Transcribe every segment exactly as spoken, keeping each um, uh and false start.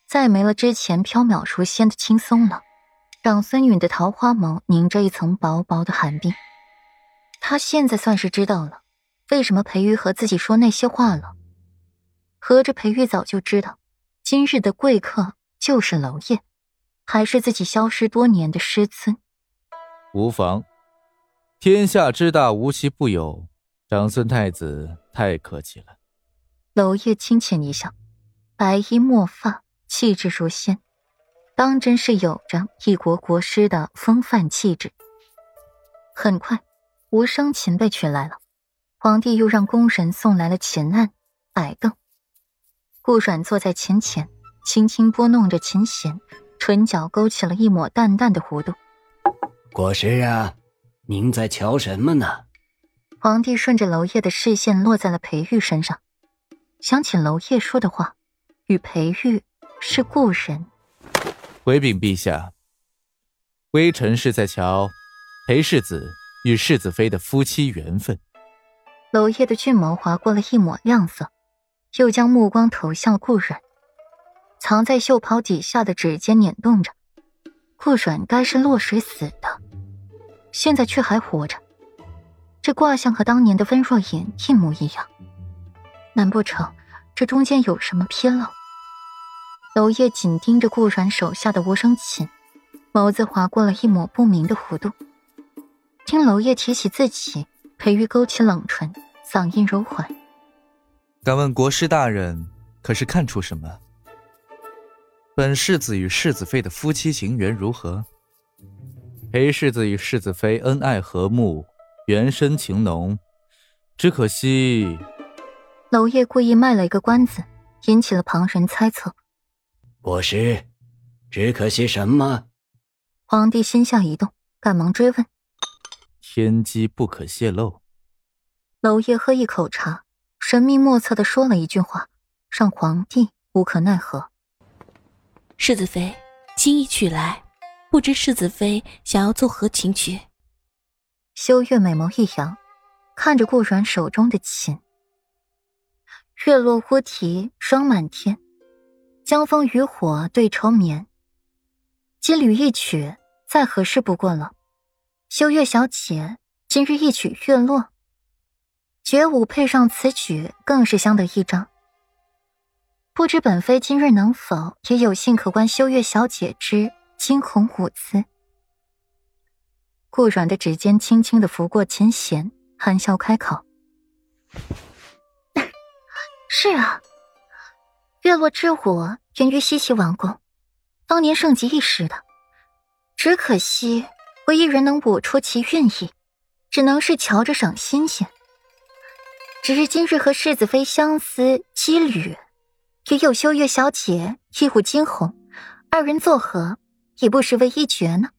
再没了之前缥缈如仙的轻松了。长孙允的桃花眸凝着一层薄薄的寒冰。他现在算是知道了为什么裴玉和自己说那些话了。合着裴玉早就知道今日的贵客就是娄烨，还是自己消失多年的师尊。 无妨，天下之大无奇不有，长孙太子太客气了。 娄烨轻浅一笑，白衣墨发，气质如仙，当真是有着一国国师的风范气质。很快，无声琴被取来了，皇帝又让宫人送来了琴案、矮凳。顾阮坐在琴前，轻轻拨弄着琴弦，唇角勾起了一抹淡淡的弧度。 国师啊，您在瞧什么呢？ 皇帝顺着娄烨的视线落在了裴玉身上，想起娄烨说的话，与裴玉是故人。 回禀陛下，微臣是在瞧裴世子与世子妃的夫妻缘分。 娄烨的俊眸划过了一抹亮色，又将目光投向了顾阮，藏在袖袍底下的指尖捻动着。顾阮该是落水死的，现在却还活着，这卦象和当年的温若隐一模一样，难不成这中间有什么纰漏？娄烨紧盯着顾阮手下的无声琴，眸子划过了一抹不明的弧度。听娄烨提起自己，裴玉勾起冷唇，嗓音柔缓： 敢问国师大人可是看出什么？本世子与世子妃的夫妻情缘如何？裴世子与世子妃恩爱和睦，缘深情浓，只可惜…… 娄烨故意卖了一个关子，引起了旁人猜测。 国师，只可惜什么？ 皇帝心下一动，赶忙追问。 天机不可泄露。 娄烨喝一口茶，神秘莫测地说了一句话，让皇帝无可奈何。 世子妃轻易取来，不知世子妃想要作何请取？ 修月美眸一扬，看着顾阮手中的琴。月落乌啼霜满天，江枫渔火对愁眠。金缕一曲，再合适不过了。修月小姐今日一曲月落，绝舞配上此曲，更是相得益彰。不知本妃今日能否也有幸可观修月小姐之惊鸿舞姿？顾阮的指尖轻轻地拂过琴弦，含笑开口：是啊，月落之舞源于西岐王宫，当年盛极一时的，只可惜唯一人能舞出其韵意，只能是瞧着赏新鲜。只是今日和世子妃相思羁旅，也有修月小姐一舞惊鸿，二人作合，也不失为一绝呢。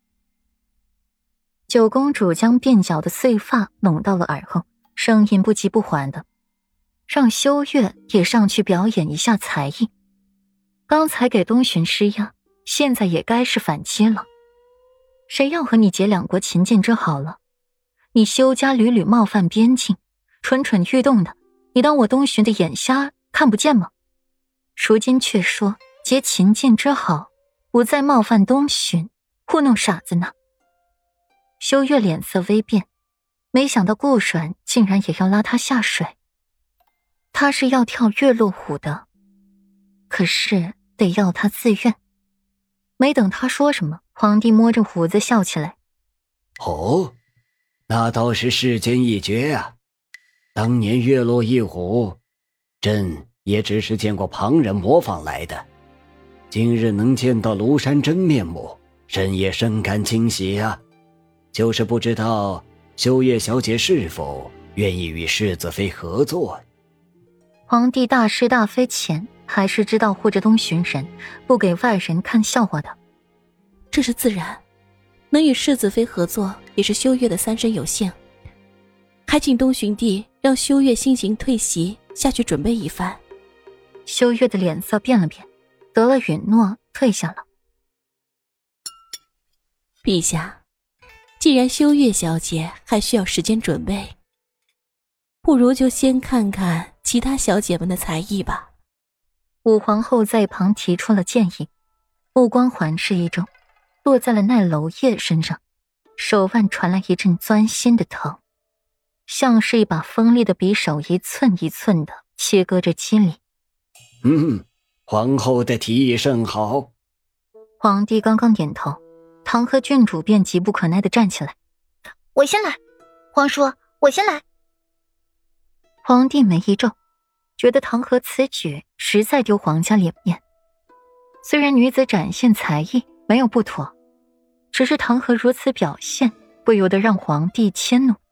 九公主将鬓角的碎发拢到了耳后，声音不急不缓的，让修月也上去表演一下才艺。刚才给东巡施压，现在也该是反击了。谁要和你结两国秦晋之好了？你修家屡屡冒犯边境，蠢蠢欲动的，你当我东巡的眼瞎看不见吗？如今却说结秦晋之好，不再冒犯东巡，糊弄傻子呢。修月脸色微变，没想到顾阮竟然也要拉他下水。他是要跳月落舞的，可是得要他自愿。没等他说什么，皇帝摸着胡子笑起来： 哦，那倒是世间一绝啊！当年月落一舞，朕也只是见过旁人模仿来的，今日能见到庐山真面目，朕也深感惊喜啊！就是不知道修月小姐是否愿意与世子妃合作。 皇帝大是大非前，还是知道护着东巡人，不给外人看笑话的。 这是自然，能与世子妃合作，也是修月的三生有幸。还请东巡帝让修月先行退席，下去准备一番。 修月的脸色变了变，得了允诺，退下了。 陛下，既然修月小姐还需要时间准备，不如就先看看其他小姐们的才艺吧。 武皇后在一旁提出了建议，目光环视一周，落在了那娄烨身上，手腕传来一阵钻心的疼，像是一把锋利的匕首一寸一寸的切割着肌理。 嗯，皇后的提议甚好。 皇帝刚刚点头，唐和郡主便急不可耐地站起来。 我先来，皇叔，我先来。 皇帝眉一皱，觉得唐和此举实在丢皇家脸面。虽然女子展现才艺没有不妥，只是唐和如此表现，不由得让皇帝迁怒。